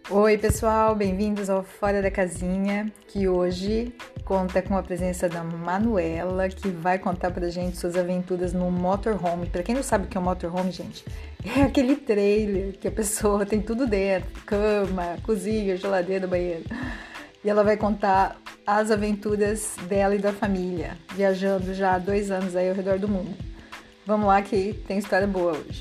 Oi, pessoal, bem-vindos ao Fora da Casinha, que hoje conta com a presença da Manuela, que vai contar pra gente suas aventuras no motorhome. Pra quem não sabe o que é um motorhome, gente, é aquele trailer que a pessoa tem tudo dentro, cama, cozinha, geladeira, banheiro. E ela vai contar as aventuras dela e da família, viajando já há 2 anos aí ao redor do mundo. Vamos lá que tem história boa hoje.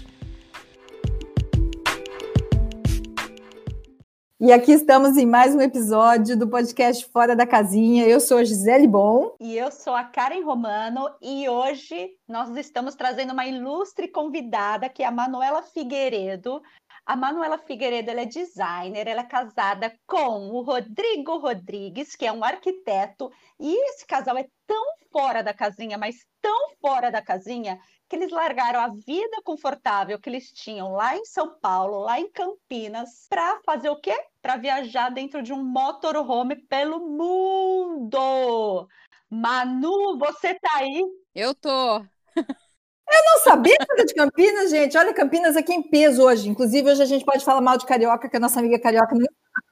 E aqui estamos em mais um episódio do podcast Fora da Casinha. Eu sou a Gisele Bom. E eu sou a Karen Romano e hoje nós estamos trazendo uma ilustre convidada que é a Manuela Figueiredo. A Manuela Figueiredo, ela é designer, ela é casada com o Rodrigo Rodrigues, que é um arquiteto, e esse casal é tão fora da casinha, mas tão fora da casinha, que eles largaram a vida confortável que eles tinham lá em São Paulo, lá em Campinas, para fazer o quê? Para viajar dentro de um motorhome pelo mundo. Manu, você tá aí? Eu tô. Eu não sabia que era de Campinas, gente. Olha, Campinas aqui em peso hoje. Inclusive, hoje a gente pode falar mal de carioca, que a nossa amiga carioca não.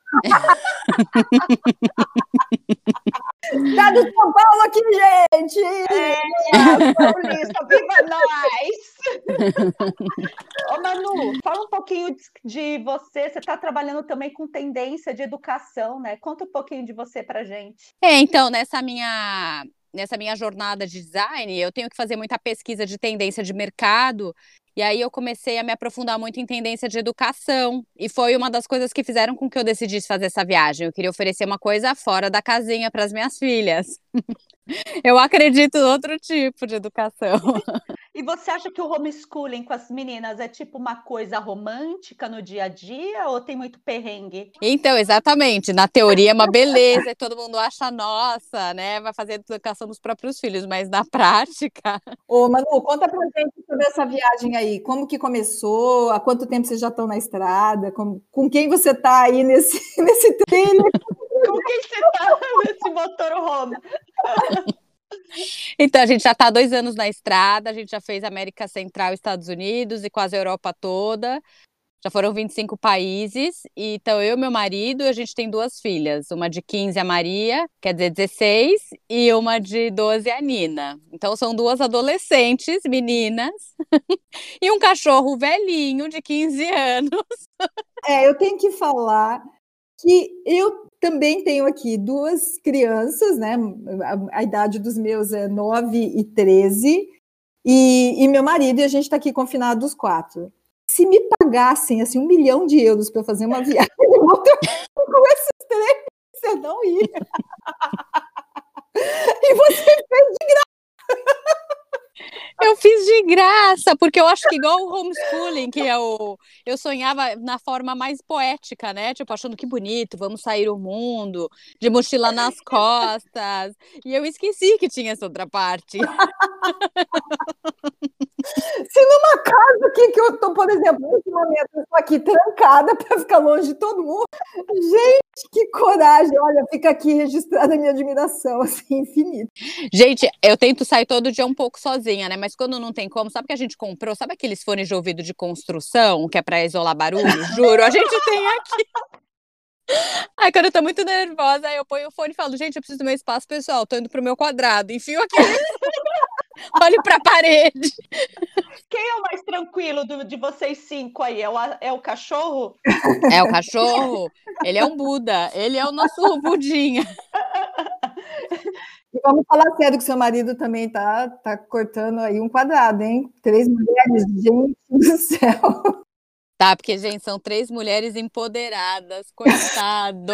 Tá do São Paulo aqui, gente! Paulista, viva nós! Ô, Manu, fala um pouquinho de você. Você está trabalhando também com tendência de educação, né? Conta um pouquinho de você pra gente. Então, nessa minha jornada de design, eu tenho que fazer muita pesquisa de tendência de mercado. E aí eu comecei a me aprofundar muito em tendência de educação. E foi uma das coisas que fizeram com que eu decidisse fazer essa viagem. Eu queria oferecer uma coisa fora da casinha para as minhas filhas. Eu acredito em outro tipo de educação. E você acha que o homeschooling com as meninas é tipo uma coisa romântica no dia a dia ou tem muito perrengue? Então, exatamente. Na teoria é uma beleza e todo mundo acha, nossa, né? Vai fazer educação dos próprios filhos, mas na prática. Ô, Manu, conta pra gente sobre essa viagem aí. Como que começou? Há quanto tempo vocês já estão na estrada? Com quem você tá aí nesse trailer? Com quem você tá nesse motorhome? Então, a gente já está há 2 anos na estrada, a gente já fez América Central, Estados Unidos e quase a Europa toda. Já foram 25 países. E, então, eu e meu marido, a gente tem 2 filhas. Uma de 15, a Maria, quer dizer, 16, e uma de 12, a Nina. Então, são 2 adolescentes, meninas, e um cachorro velhinho de 15 anos. Eu tenho que falar que eu também tenho aqui 2 crianças, né? A idade dos meus é 9 e 13, e meu marido, e a gente está aqui confinados os 4. Se me pagassem assim, 1 milhão de euros para fazer uma viagem com esses 3, você não ia. E você fez de graça. Eu fiz de graça, porque eu acho que igual o homeschooling, que eu sonhava na forma mais poética, né? Tipo, achando que bonito, vamos sair o mundo, de mochila nas costas. E eu esqueci que tinha essa outra parte. Se numa casa aqui que eu tô, por exemplo, nesse momento, eu tô aqui trancada para ficar longe de todo mundo. Gente, que coragem! Olha, fica aqui registrada a minha admiração, assim, infinita. Gente, eu tento sair todo dia um pouco sozinha, né? Mas quando não tem como, sabe que a gente comprou? Sabe aqueles fones de ouvido de construção, que é para isolar barulho? Juro, a gente tem aqui. Aí quando eu tô muito nervosa, aí eu ponho o fone e falo, gente, eu preciso do meu espaço pessoal, tô indo pro meu quadrado, enfio aqui, olho pra parede. Quem é o mais tranquilo de vocês 5 aí? É o cachorro? É o cachorro, ele é um Buda, ele é o nosso Budinha. E vamos falar sério que seu marido também tá cortando aí um quadrado, hein? 3 mulheres, gente do céu. Tá, porque, gente, são 3 mulheres empoderadas, coitado.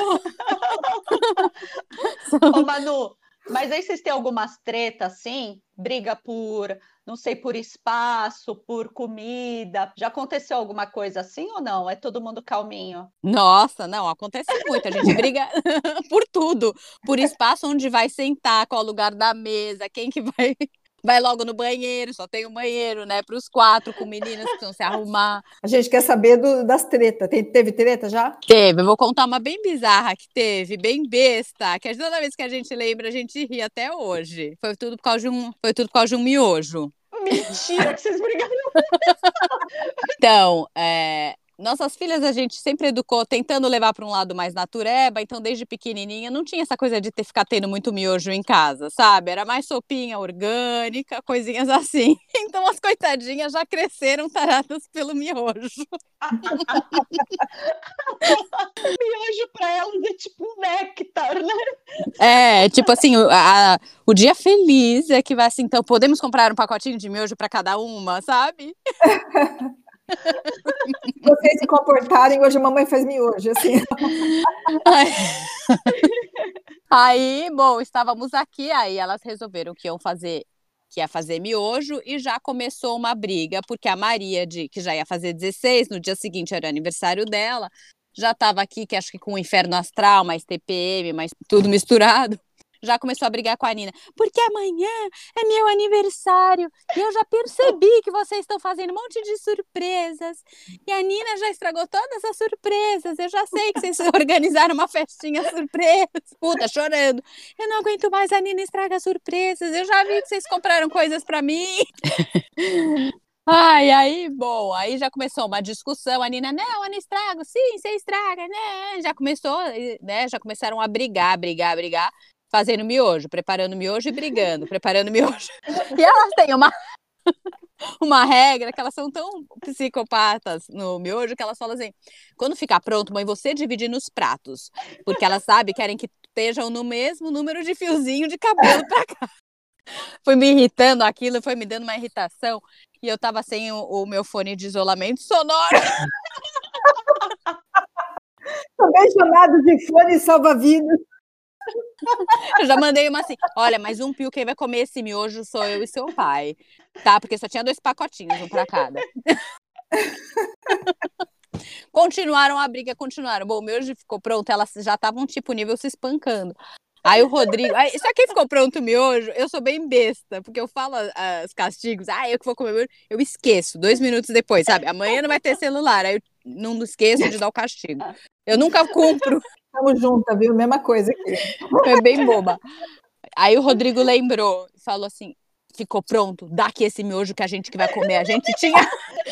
Ô, Manu, mas aí vocês têm algumas tretas, assim? Briga por, não sei, por espaço, por comida. Já aconteceu alguma coisa assim ou não? É todo mundo calminho? Nossa, não, acontece muito, a gente briga por tudo. Por espaço onde vai sentar, qual o lugar da mesa, quem que vai logo no banheiro, só tem um banheiro, né, para os 4 com meninas que precisam se arrumar. A gente quer saber das tretas. Teve treta já? Teve, eu vou contar uma bem bizarra que teve, bem besta, que toda vez que a gente lembra, a gente ri até hoje. Foi tudo por causa de um miojo. Mentira que vocês brigaram. Então, Nossas filhas a gente sempre educou tentando levar para um lado mais natureba, então desde pequenininha não tinha essa coisa de ficar tendo muito miojo em casa, sabe? Era mais sopinha orgânica, coisinhas assim. Então as coitadinhas já cresceram taradas pelo miojo. Miojo para elas é tipo um néctar, né? É, tipo assim, o dia feliz é que vai assim, então podemos comprar um pacotinho de miojo para cada uma, sabe? Se vocês se comportarem, hoje a mamãe faz miojo, assim. Aí, bom, estávamos aqui, aí elas resolveram que ia fazer miojo e já começou uma briga, porque a Maria, que já ia fazer 16, no dia seguinte era o aniversário dela, já estava aqui, que acho que com o inferno astral, mais TPM, mais tudo misturado. Já começou a brigar com a Nina, porque amanhã é meu aniversário e eu já percebi que vocês estão fazendo um monte de surpresas e a Nina já estragou todas as surpresas, eu já sei que vocês organizaram uma festinha surpresa. Puta, chorando. Eu não aguento mais, a Nina estraga surpresas, eu já vi que vocês compraram coisas pra mim. Ai, aí, bom, aí já começou uma discussão, a Nina, não, eu não estrago, sim, você estraga, né? Já começou, né? Já começaram a brigar, fazendo miojo, preparando miojo e brigando, preparando miojo. E elas têm uma regra que elas são tão psicopatas no miojo que elas falam assim: quando ficar pronto, mãe, você divide nos pratos. Porque elas sabem, querem que estejam no mesmo número de fiozinho de cabelo pra cá. Foi me irritando aquilo, foi me dando uma irritação. E eu tava sem o meu fone de isolamento sonoro. Também chamado de fone salva-vidas. Eu já mandei uma assim, olha, mais um pio, quem vai comer esse miojo sou eu e seu pai, tá? Porque só tinha 2 pacotinhos, um pra cada. Continuaram a briga, continuaram. Bom, o miojo ficou pronto, elas já estavam tipo nível se espancando. Aí o Rodrigo, só que ficou pronto o miojo, eu sou bem besta, porque eu falo os castigos, eu que vou comer miojo, eu esqueço, 2 minutos depois, sabe? Amanhã não vai ter celular, aí eu não esqueço de dar o castigo. Eu nunca cumpro. Estamos juntas, viu? Mesma coisa aqui. É bem boba. Aí o Rodrigo lembrou, falou assim, ficou pronto, dá aqui esse miojo que a gente que vai comer. A gente tinha...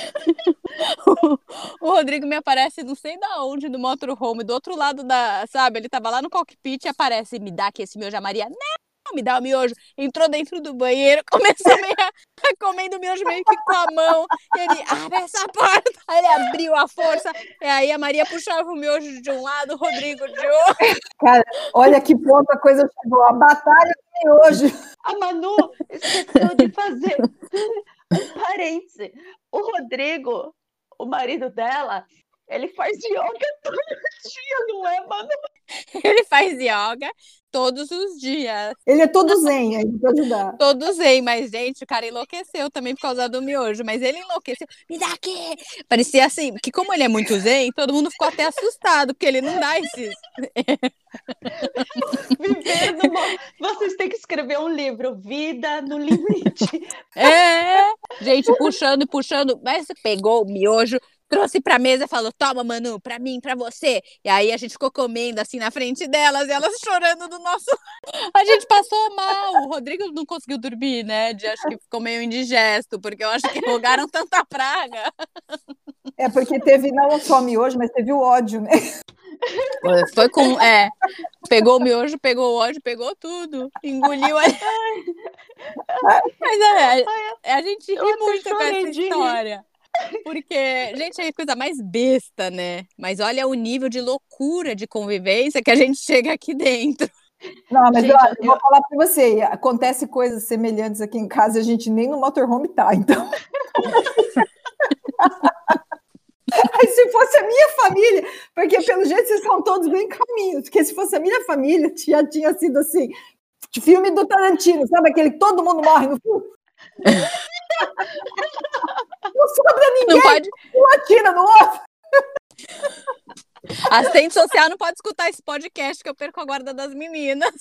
O Rodrigo me aparece não sei da onde, no motorhome, do outro lado sabe, ele tava lá no cockpit e aparece, me dá aqui esse miojo. A Maria, não, me dá o miojo. Entrou dentro do banheiro, começou comendo o miojo meio que com a mão. E ele, abre essa porta. Aí ele abriu a força. E aí a Maria puxava o miojo de um lado, o Rodrigo de outro. Cara, olha que ponto a coisa chegou. A batalha do miojo. A Manu esqueceu de fazer um parêntese. O Rodrigo, o marido dela, ele faz yoga todo dia, não é, Manu? Ele faz yoga todos os dias. Ele é todo zen aí pra ajudar. Todo zen, mas, gente, o cara enlouqueceu também por causa do miojo. Mas ele enlouqueceu. Me dá aqui! Parecia assim, que como ele é muito zen, todo mundo ficou até assustado, porque ele não dá esses... Viver Vocês têm que escrever um livro, Vida no Limite. Gente, puxando e puxando. Mas pegou o miojo, trouxe pra mesa e falou, toma, Manu, pra mim, pra você. E aí a gente ficou comendo assim na frente delas, e elas chorando do nosso... A gente passou mal. O Rodrigo não conseguiu dormir, né? Acho que ficou meio indigesto, porque eu acho que rogaram tanta praga. É porque teve não só miojo, mas teve o ódio, né? Foi com... pegou o miojo, pegou o ódio, pegou tudo. Engoliu a... Mas a gente ri muito com essa história. Porque, gente, é a coisa mais besta, né? Mas olha o nível de loucura de convivência que a gente chega aqui dentro. Não, mas gente, eu vou falar para você, acontece coisas semelhantes aqui em casa, a gente nem no motorhome tá, então... Aí, se fosse a minha família, porque pelo jeito vocês são todos bem caminhos, porque se fosse a minha família, já tinha sido assim, de filme do Tarantino, sabe aquele que todo mundo morre no filme? Não sobra ninguém, não pode... um atira no outro. Assistente social não pode escutar esse podcast que eu perco a guarda das meninas.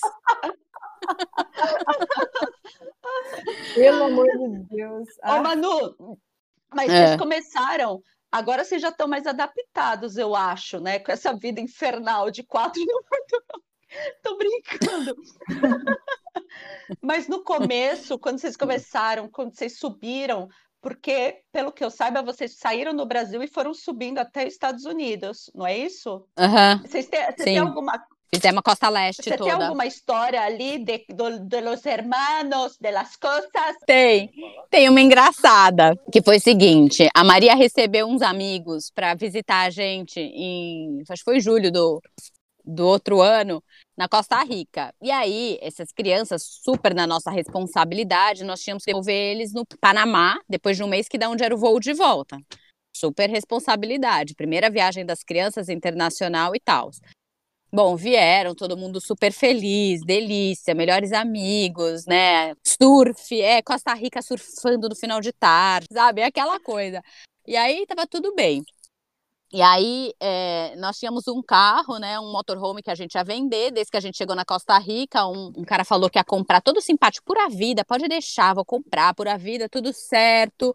Pelo amor de Deus. Ô, Manu, mas vocês começaram... Agora vocês já estão mais adaptados, eu acho, né? Com essa vida infernal de 4 no motorhome. Tô brincando. Mas no começo, quando vocês começaram, quando vocês subiram Porque, pelo que eu saiba, vocês saíram do Brasil e foram subindo até os Estados Unidos, não é isso? Aham, Você tem sim. alguma, Fizemos a Costa Leste você tem toda. alguma história ali de los hermanos, de las cosas? Tem uma engraçada, que foi o seguinte, a Maria recebeu uns amigos para visitar a gente acho que foi julho do outro ano, na Costa Rica. E aí, essas crianças, super na nossa responsabilidade, nós tínhamos que devolver eles no Panamá, depois de um mês que dá onde era o voo de volta. Super responsabilidade. Primeira viagem das crianças internacional e tal. Bom, vieram, todo mundo super feliz, delícia, melhores amigos, né? Surf, Costa Rica surfando no final de tarde, sabe? Aquela coisa. E aí tava tudo bem. E aí, nós tínhamos um carro, né, um motorhome que a gente ia vender. Desde que a gente chegou na Costa Rica, um cara falou que ia comprar, todo simpático, pura vida, pode deixar, vou comprar, pura vida, tudo certo.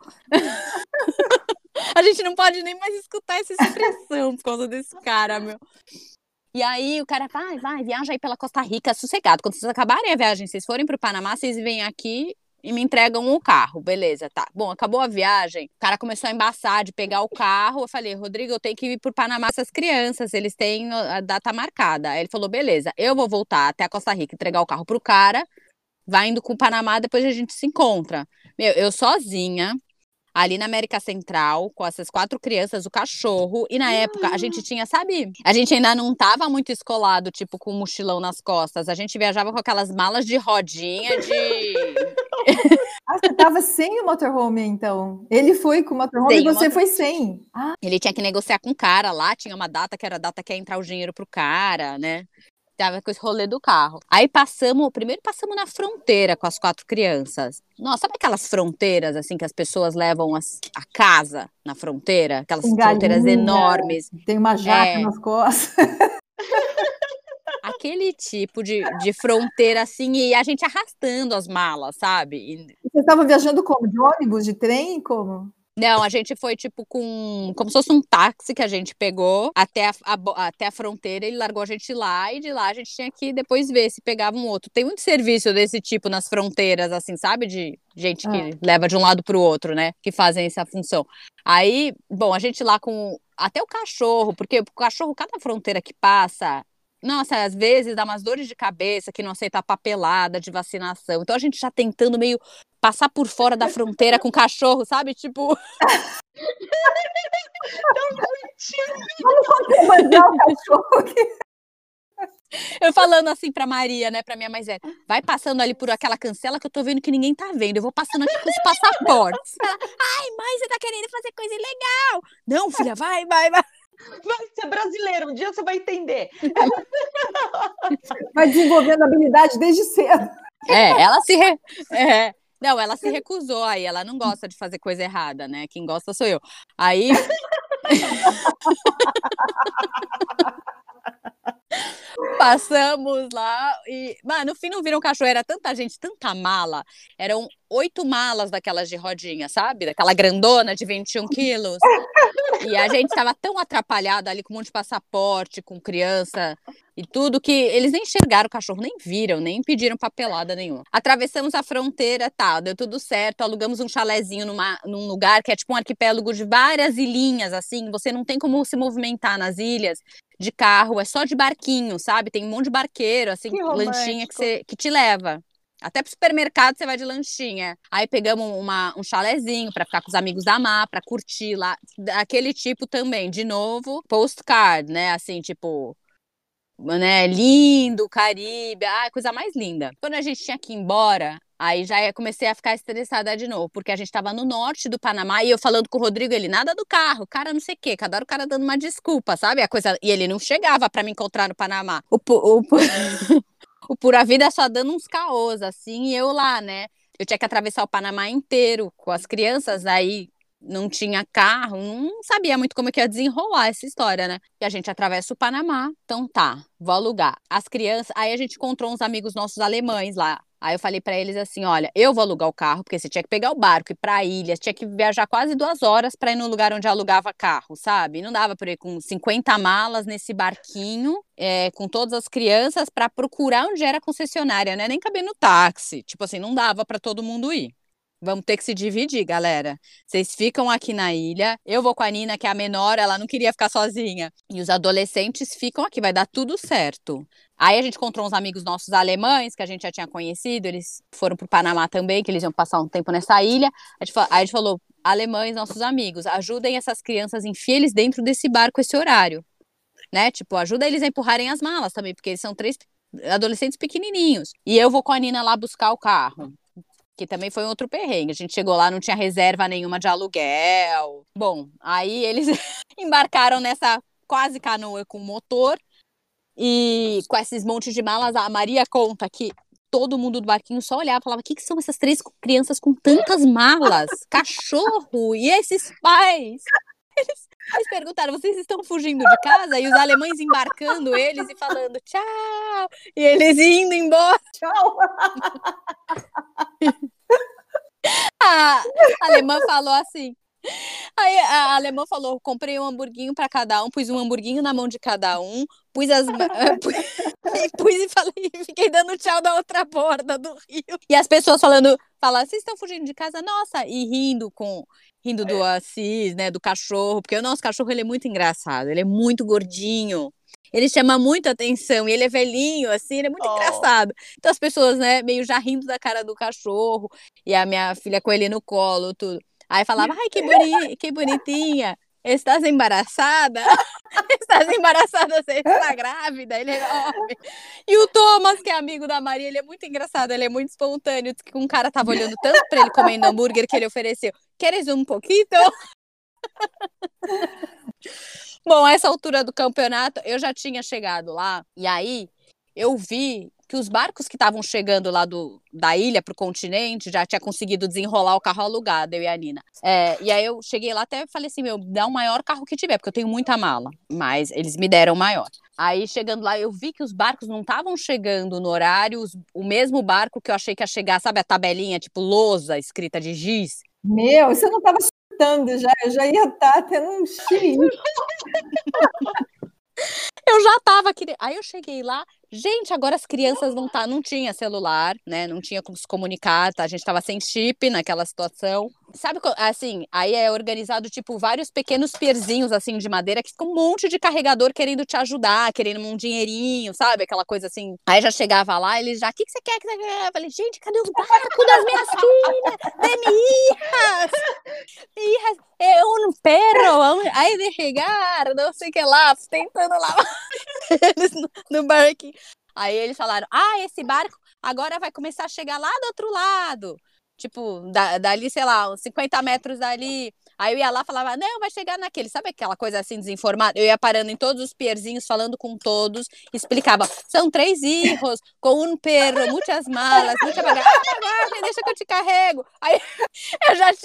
A gente não pode nem mais escutar essa expressão por causa desse cara, meu. E aí o cara, vai, viaja aí pela Costa Rica, sossegado. Quando vocês acabarem a viagem, vocês forem pro Panamá, vocês vêm aqui e me entregam o carro, beleza, tá. Bom, acabou a viagem, o cara começou a embaçar de pegar o carro, eu falei, Rodrigo, eu tenho que ir pro Panamá com essas crianças, eles têm a data marcada. Aí ele falou, beleza, eu vou voltar até a Costa Rica, entregar o carro pro cara, vai indo com o Panamá, depois a gente se encontra. Meu, eu sozinha, ali na América Central, com essas 4 crianças, o cachorro, e na época a gente tinha, sabe, a gente ainda não tava muito escolado, tipo, com um mochilão nas costas, a gente viajava com aquelas malas de rodinha de... Você tava sem o motorhome, então? Ele foi com o motorhome e você foi sem? Ele tinha que negociar com o cara lá, tinha uma data que era a data que ia entrar o dinheiro pro cara, né? Tava com esse rolê do carro. Aí primeiro passamos na fronteira com as 4 crianças. Nossa, sabe aquelas fronteiras, assim, que as pessoas levam a casa na fronteira? Aquelas fronteiras enormes. Tem uma jaca nas costas. Aquele tipo de fronteira, assim, e a gente arrastando as malas, sabe? E você estava viajando como? De ônibus, de trem, como? Não, a gente foi tipo como se fosse um táxi que a gente pegou até a fronteira, ele largou a gente lá e de lá a gente tinha que depois ver se pegava um outro. Tem muito serviço desse tipo nas fronteiras, assim, sabe? De gente que leva de um lado pro outro, né? Que fazem essa função. Aí, bom, a gente lá com até o cachorro, porque o cachorro, cada fronteira que passa, nossa, às vezes dá umas dores de cabeça que não aceita a papelada de vacinação. Então a gente já tentando meio passar por fora da fronteira com o cachorro, sabe? Tipo. Vamos mandar o cachorro aqui. Eu falando assim pra Maria, né, pra minha mais velha, vai passando ali por aquela cancela que eu tô vendo que ninguém tá vendo, eu vou passando aqui com os passaportes. Ela, ai, mãe, você tá querendo fazer coisa ilegal. Não, filha, vai. Vai ser brasileiro, um dia você vai entender. Vai desenvolvendo habilidade desde cedo. Não, ela se recusou aí, ela não gosta de fazer coisa errada, né? Quem gosta sou eu. Aí... Passamos lá e, mano, no fim não viram cachorro, era tanta gente, tanta mala. Eram 8 malas daquelas de rodinha, sabe? Daquela grandona de 21 quilos. E a gente tava tão atrapalhada ali com um monte de passaporte, com criança e tudo, que eles nem enxergaram o cachorro, nem viram, nem pediram papelada nenhuma. Atravessamos a fronteira, tá, deu tudo certo, alugamos um chalezinho num lugar que é tipo um arquipélago de várias ilhinhas, assim, você não tem como se movimentar nas ilhas de carro, é só de barquinho, sabe? Tem um monte de barqueiro, assim, lanchinha que te leva. Até pro supermercado você vai de lanchinha. Aí pegamos um chalezinho pra ficar com os amigos da Má, pra curtir lá. Aquele tipo também, de novo, postcard, né? Assim, tipo, né? Lindo, Caribe, coisa mais linda. Quando a gente tinha que ir embora, aí já comecei a ficar estressada de novo, porque a gente tava no norte do Panamá e eu falando com o Rodrigo, ele, nada do carro, cara não sei o quê, cada hora o cara dando uma desculpa, sabe? A coisa, e ele não chegava pra me encontrar no Panamá. O Pura Vida só dando uns caôs, assim, e eu lá, né? Eu tinha que atravessar o Panamá inteiro com as crianças, aí não tinha carro, não sabia muito como que ia desenrolar essa história, né? E a gente atravessa o Panamá, então tá, vou alugar. As crianças, aí a gente encontrou uns amigos nossos alemães lá. Aí eu falei pra eles assim, olha, eu vou alugar o carro, porque você tinha que pegar o barco, ir pra ilha, tinha que viajar quase 2 horas pra ir no lugar onde alugava carro, sabe? Não dava pra ir com 50 malas nesse barquinho, com todas as crianças, pra procurar onde era a concessionária, né? Nem caber no táxi, tipo assim, não dava pra todo mundo ir. Vamos ter que se dividir, galera. Vocês ficam aqui na ilha. Eu vou com a Nina, que é a menor, ela não queria ficar sozinha. E os adolescentes ficam aqui, vai dar tudo certo. Aí a gente encontrou uns amigos nossos alemães, que a gente já tinha conhecido. Eles foram pro Panamá também, que eles iam passar um tempo nessa ilha. Aí a gente falou, alemães, nossos amigos, ajudem essas crianças, enfiem eles dentro desse barco esse horário. Né? Tipo, ajuda eles a empurrarem as malas também, porque eles são 3 adolescentes pequenininhos. E eu vou com a Nina lá buscar o carro. Que também foi um outro perrengue. A gente chegou lá, não tinha reserva nenhuma de aluguel. Bom, aí eles embarcaram nessa quase canoa com motor e com esses montes de malas. A Maria conta que todo mundo do barquinho só olhava e falava: o que são essas 3 crianças com tantas malas? Cachorro! E esses pais? Eles perguntaram: vocês estão fugindo de casa? E os alemães embarcando eles e falando tchau. E eles indo embora. Tchau. A alemã falou assim. Aí a alemã falou: comprei um hamburguinho para cada um, pus um hamburguinho na mão de cada um, pus e falei, fiquei dando tchau da outra borda do rio. E as pessoas falaram: vocês estão fugindo de casa? Nossa, e rindo do Assis, né, do cachorro, porque o nosso cachorro ele é muito engraçado, ele é muito gordinho. Ele chama muito atenção e ele é velhinho, assim, ele é muito engraçado. Então as pessoas, né, meio já rindo da cara do cachorro e a minha filha com ele no colo, tudo. Aí falava: ai, que bonitinha. Estás embaraçada? Estás embaraçada, você está grávida? Ele é enorme. E o Thomas, que é amigo da Maria, ele é muito engraçado, ele é muito espontâneo. Diz que um cara tava olhando tanto pra ele comendo hambúrguer que ele ofereceu: queres um pouquinho? Bom, a essa altura do campeonato, eu já tinha chegado lá, e aí eu vi que os barcos que estavam chegando lá da ilha pro continente já tinha conseguido desenrolar o carro alugado, eu e a Nina. E aí eu cheguei lá até falei assim: meu, dá o maior carro que tiver, porque eu tenho muita mala. Mas eles me deram o maior. Aí chegando lá, eu vi que os barcos não estavam chegando no horário, o mesmo barco que eu achei que ia chegar, sabe a tabelinha, tipo lousa, escrita de giz? Meu, você não estava surtando já, eu já ia estar tendo um xixi. Eu já tava aqui. Aí eu cheguei lá, gente, agora as crianças não tinha celular, né? Não tinha como se comunicar, tá? A gente tava sem chip naquela situação. Sabe, assim, aí é organizado, tipo, vários pequenos pierzinhos, assim, de madeira, que fica um monte de carregador querendo te ajudar, querendo um dinheirinho, sabe? Aquela coisa assim. Aí já chegava lá, eles já: o que você quer? Eu falei: gente, cadê os barcos das minhas filhas? De mi hijas, um perro, aí de regar, não sei o que lá, tentando lavar eles no barquinho. Aí eles falaram: esse barco agora vai começar a chegar lá do outro lado. Tipo, dali, sei lá, uns 50 metros dali. Aí eu ia lá e falava: não, vai chegar naquele. Sabe aquela coisa assim, desinformada? Eu ia parando em todos os pierzinhos, falando com todos. Explicava: são 3 hijos, com um perro, muitas malas, muita bagagem. Bagagem, deixa que eu te carrego. Aí eu já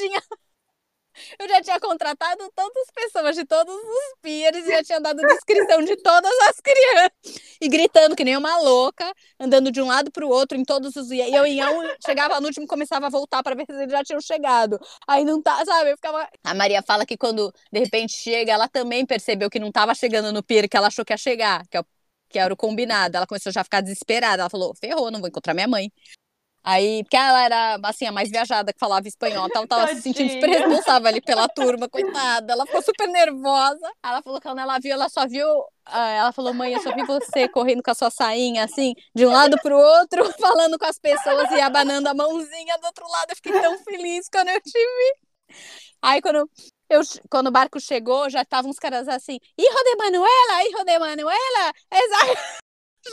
tinha contratado tantas pessoas de todos os piers e já tinha dado descrição de todas as crianças. E gritando que nem uma louca, andando de um lado para o outro em todos os... E eu chegava no último e começava a voltar para ver se eles já tinham chegado. Aí não tá, sabe? Eu ficava... A Maria fala que quando de repente chega, ela também percebeu que não estava chegando no pier, que ela achou que ia chegar, que era o combinado. Ela começou já a ficar desesperada. Ela falou: ferrou, não vou encontrar minha mãe. Aí, porque ela era, assim, a mais viajada, que falava espanhol, então ela tava se sentindo super responsável ali pela turma, coitada. Ela ficou super nervosa. Ela falou que quando ela viu, ela só viu... ela falou: mãe, eu só vi você correndo com a sua sainha, assim, de um lado pro outro, falando com as pessoas e abanando a mãozinha do outro lado. Eu fiquei tão feliz quando eu te vi. Aí, quando o barco chegou, já estavam os caras assim: hijo de Manuela, exato.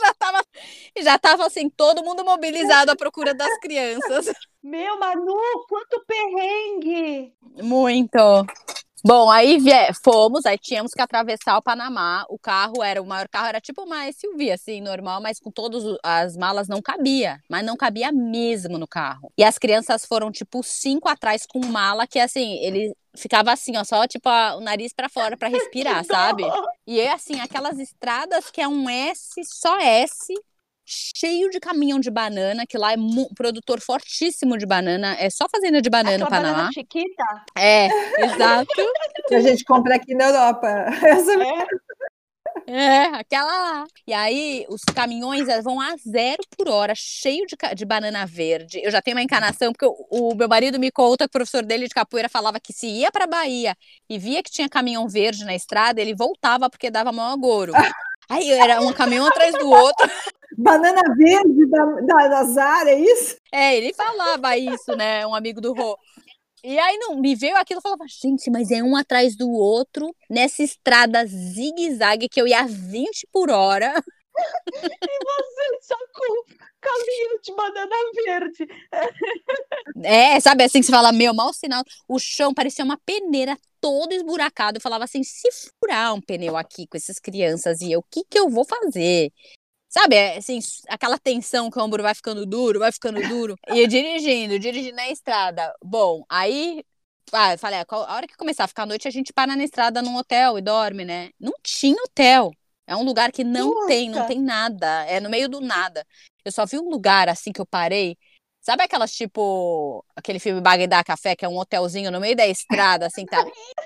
Já tava assim, todo mundo mobilizado à procura das crianças. Meu, Manu, quanto perrengue! Muito. Bom, aí fomos, aí tínhamos que atravessar o Panamá. O maior carro era tipo uma SUV, assim, normal, mas com todas as malas não cabia. Mas não cabia mesmo no carro. E as crianças foram, tipo, 5 atrás com mala, que assim, ele ficava assim, ó, só tipo o nariz pra fora pra respirar, sabe? E é assim, aquelas estradas que é um só S, cheio de caminhão de banana, que lá é produtor fortíssimo de banana, é só fazenda de banana no Panamá. Banana chiquita? É, exato. Que a gente compra aqui na Europa. Aquela lá. E aí, os caminhões vão a 0 por hora, cheio de banana verde. Eu já tenho uma encanação, porque o meu marido me conta que o professor dele de capoeira falava que se ia pra Bahia e via que tinha caminhão verde na estrada, ele voltava porque dava maior agouro. Aí era um caminhão atrás do outro. Banana verde da Zara, é isso? Ele falava isso, né? Um amigo do Rô. E aí não me veio aquilo e falava, gente, mas é um atrás do outro, nessa estrada zigue-zague que eu ia a 20 por hora. E você só com caminho de banana verde. Sabe assim que você fala, meu, mau sinal. O chão parecia uma peneira todo esburacado. Eu falava assim, se furar um pneu aqui com essas crianças e eu, o que que eu vou fazer? Sabe, assim, aquela tensão que o ombro vai ficando duro. E eu dirigindo na estrada. Bom, aí, eu falei, a hora que começar a ficar à noite, a gente para na estrada num hotel e dorme, né? Não tinha hotel. É um lugar que não tem nada. É no meio do nada. Eu só vi um lugar, assim, que eu parei. Sabe aquelas, tipo, aquele filme Bagdá Café, que é um hotelzinho no meio da estrada, assim, tá?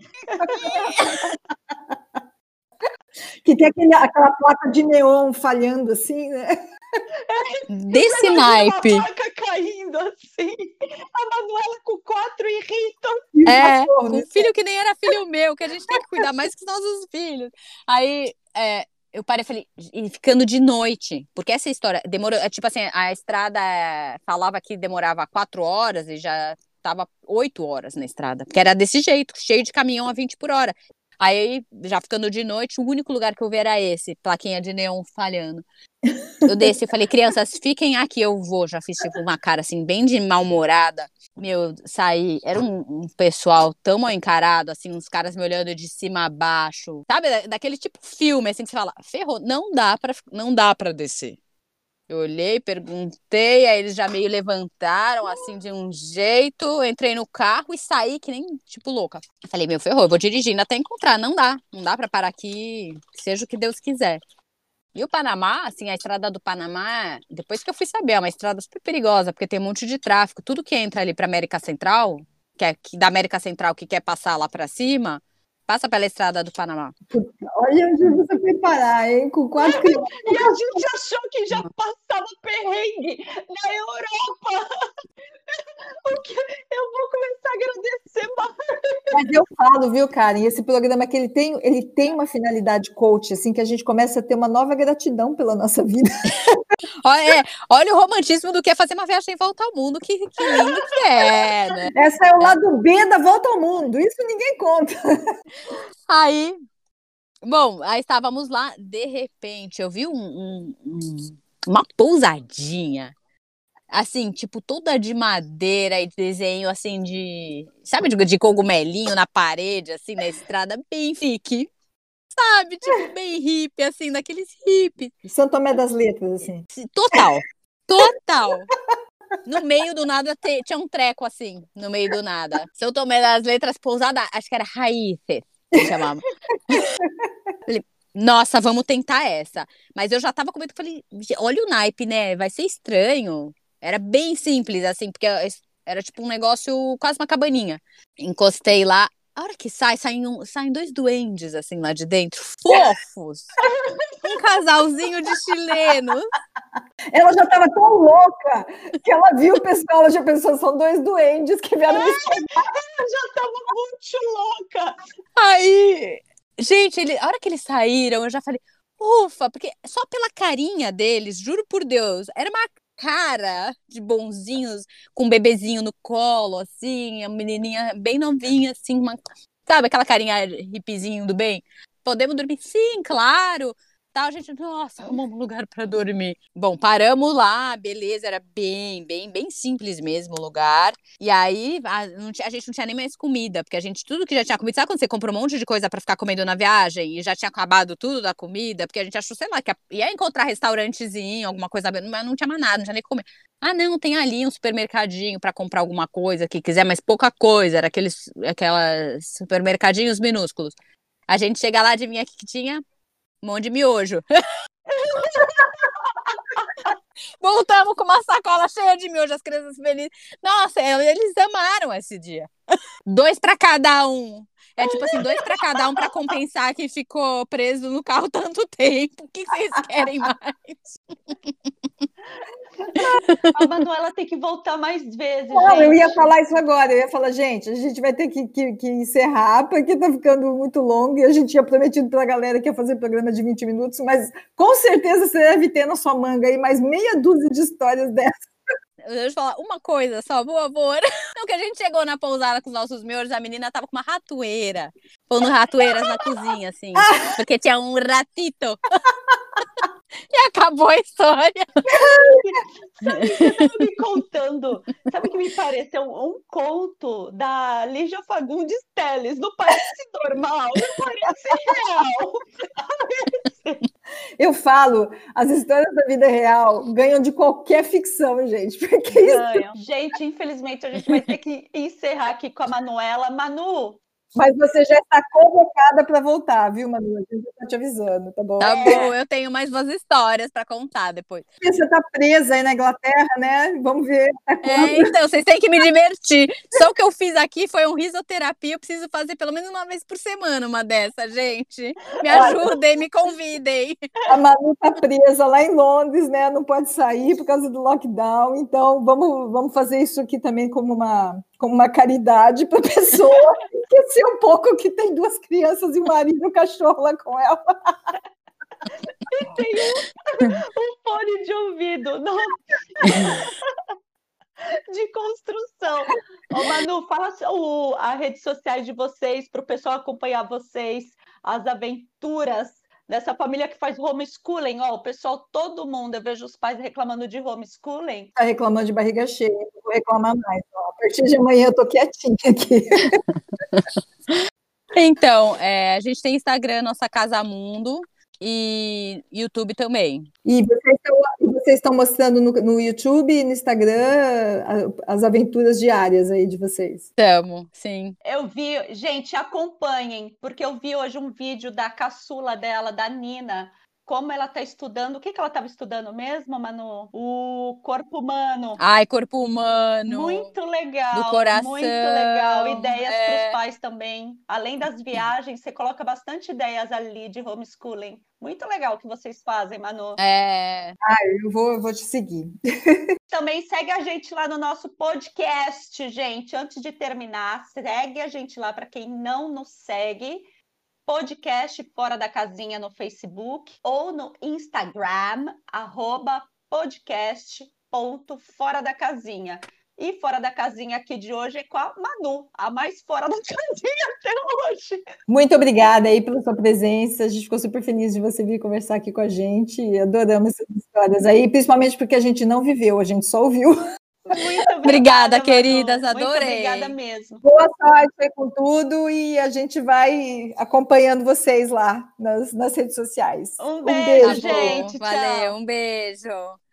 Que tem aquela placa de neon falhando assim, né? Desse naipe. Uma placa caindo assim. A Manuela com 4 irritos. Com um filho que nem era filho meu, que a gente tem que cuidar mais que os nossos filhos. Aí, eu parei e falei, e ficando de noite, porque essa história demorou, tipo assim, a estrada falava que demorava 4 horas e já tava 8 horas na estrada, porque era desse jeito, cheio de caminhão a 20 por hora. Aí, já ficando de noite, o único lugar que eu vi era esse, plaquinha de neon falhando. Eu desci e falei, crianças, fiquem aqui, eu vou. Já fiz tipo uma cara assim, bem de mal-humorada. Meu, saí, era um pessoal tão mal encarado, assim, uns caras me olhando de cima a baixo. Sabe, daquele tipo filme, assim, que você fala, ferrou, não dá pra descer. Eu olhei, perguntei, aí eles já meio levantaram, assim, de um jeito. Entrei no carro e saí que nem, tipo, louca. Eu falei, meu, ferrou, eu vou dirigindo até encontrar. Não dá pra parar aqui, seja o que Deus quiser. E o Panamá, assim, a estrada do Panamá, depois que eu fui saber, é uma estrada super perigosa, porque tem um monte de tráfico. Tudo que entra ali pra América Central, que da América Central que quer passar lá pra cima, passa pela estrada do Panamá. Olha onde você foi parar, hein? Com 4 crianças. E a gente achou que já passava perrengue na Europa. Eu vou começar a agradecer mais. Mas eu falo, viu, Karen, esse programa que ele tem uma finalidade coach, assim, que a gente começa a ter uma nova gratidão pela nossa vida. Olha o romantismo do que é fazer uma viagem em volta ao mundo, que lindo que é, né? Essa é o lado B da volta ao mundo, isso ninguém conta. Aí estávamos lá, de repente, eu vi uma pousadinha, assim, tipo, toda de madeira e desenho, assim, sabe, de cogumelinho na parede, assim, na estrada, bem fique, sabe, tipo, bem hippie, assim, daqueles hippies. São Tomé das Letras, assim. Total. No meio do nada tinha um treco, assim, no meio do nada. São Tomé das Letras pousada, acho que era Raíces, que chamava. Falei, nossa, vamos tentar essa. Mas eu já tava com medo, falei, olha o naipe, né? Vai ser estranho. Era bem simples, assim, porque era tipo um negócio, quase uma cabaninha. Encostei lá, a hora que saem 2 duendes, assim, lá de dentro, fofos. Um casalzinho de chilenos. Ela já estava tão louca que ela viu o pessoal, ela já pensou, são 2 duendes que vieram me pegar. Ela já estava muito louca. Aí, gente, a hora que eles saíram, eu já falei, ufa, porque só pela carinha deles, juro por Deus, era uma cara de bonzinhos, com um bebezinho no colo, assim, a menininha bem novinha, assim, sabe, aquela carinha hippiezinho do bem? Podemos dormir? Sim, claro. Tal, gente, nossa, arrumamos um lugar para dormir. Bom, paramos lá, beleza, era bem simples mesmo o lugar. E aí, a gente não tinha nem mais comida, porque tudo que já tinha comido, sabe quando você compra um monte de coisa para ficar comendo na viagem e já tinha acabado tudo da comida? Porque a gente achou, sei lá, que ia encontrar restaurantezinho, alguma coisa, mas não tinha mais nada, não tinha nem comer. Ah, não, tem ali um supermercadinho para comprar alguma coisa que quiser, mas pouca coisa, era aqueles supermercadinhos minúsculos. A gente chega lá, adivinha o que tinha? Um monte de miojo. Voltamos com uma sacola cheia de miojo, as crianças felizes. Nossa, eles amaram esse dia. 2 para cada um. É tipo assim, 2 para cada um para compensar que ficou preso no carro tanto tempo. O que vocês querem mais? A Manuela tem que voltar mais vezes, Não, gente. eu ia falar isso agora. Eu ia falar, gente, a gente vai ter que encerrar, porque tá ficando muito longo e a gente tinha prometido para a galera que ia fazer programa de 20 minutos, mas com certeza você deve ter na sua manga aí mais meia dúzia de histórias dessas. Deixa eu falar uma coisa só, por favor. Não, que a gente chegou na pousada com os nossos miúdos, a menina tava com uma ratoeira. Pondo ratoeiras na cozinha, assim. Porque tinha um ratito. E acabou a história. Sabe, você tava me contando. Sabe que me pareceu um conto da Lígia Fagundes Telles. Não parece normal, não parece real. Eu falo, as histórias da vida real ganham de qualquer ficção, gente. Porque isso... Ganham. Gente, infelizmente a gente vai ter que encerrar aqui com a Manuela. Manu, Mas você já está convocada para voltar, viu, Manu? A gente já está te avisando, tá bom? Tá bom, eu tenho mais 2 histórias para contar depois. Você está presa aí na Inglaterra, né? Vamos ver. Então, vocês têm que me divertir. Só o que eu fiz aqui foi um risoterapia. Eu preciso fazer pelo menos uma vez por semana uma dessa, gente. Me ajudem, me convidem. A Manu está presa lá em Londres, né? Não pode sair por causa do lockdown. Então, vamos fazer isso aqui também como uma caridade para a pessoa esquecer um pouco que tem 2 crianças e um marido e um cachorro lá com ela. e tem um fone de ouvido de construção. Ô, Manu, fala as redes sociais de vocês para o pessoal acompanhar vocês, as aventuras dessa família que faz homeschooling. Ó, o pessoal, todo mundo, eu vejo os pais reclamando de homeschooling. Está reclamando de barriga cheia, não vou reclamar mais. Ó. A partir de amanhã eu tô quietinha aqui. Então, a gente tem Instagram, Nossa Casa Mundo, e YouTube também. E vocês estão mostrando no YouTube e no Instagram as aventuras diárias aí de vocês? Estamos, sim. Eu vi, gente, acompanhem, porque eu vi hoje um vídeo da caçula dela, da Nina, como ela está estudando. O que ela estava estudando mesmo, Manu? O corpo humano. Ai, corpo humano. Muito legal. Do coração. Muito legal. Ideias para os pais também. Além das viagens, você coloca bastante ideias ali de homeschooling. Muito legal o que vocês fazem, Manu. Eu vou te seguir. Também segue a gente lá no nosso podcast, gente. Antes de terminar, segue a gente lá para quem não nos segue. Podcast Fora da Casinha no Facebook ou no Instagram, @podcast.foradacasinha. E Fora da Casinha aqui de hoje é com a Manu, a mais fora da casinha até hoje. Muito obrigada aí pela sua presença. A gente ficou super feliz de você vir conversar aqui com a gente. Adoramos essas histórias aí, principalmente porque a gente não viveu, a gente só ouviu. Muito obrigada, queridas, adorei. Muito obrigada mesmo. Boa sorte aí com tudo e a gente vai acompanhando vocês lá nas redes sociais. Um beijo, Tá bom, gente. valeu, Tchau. um beijo.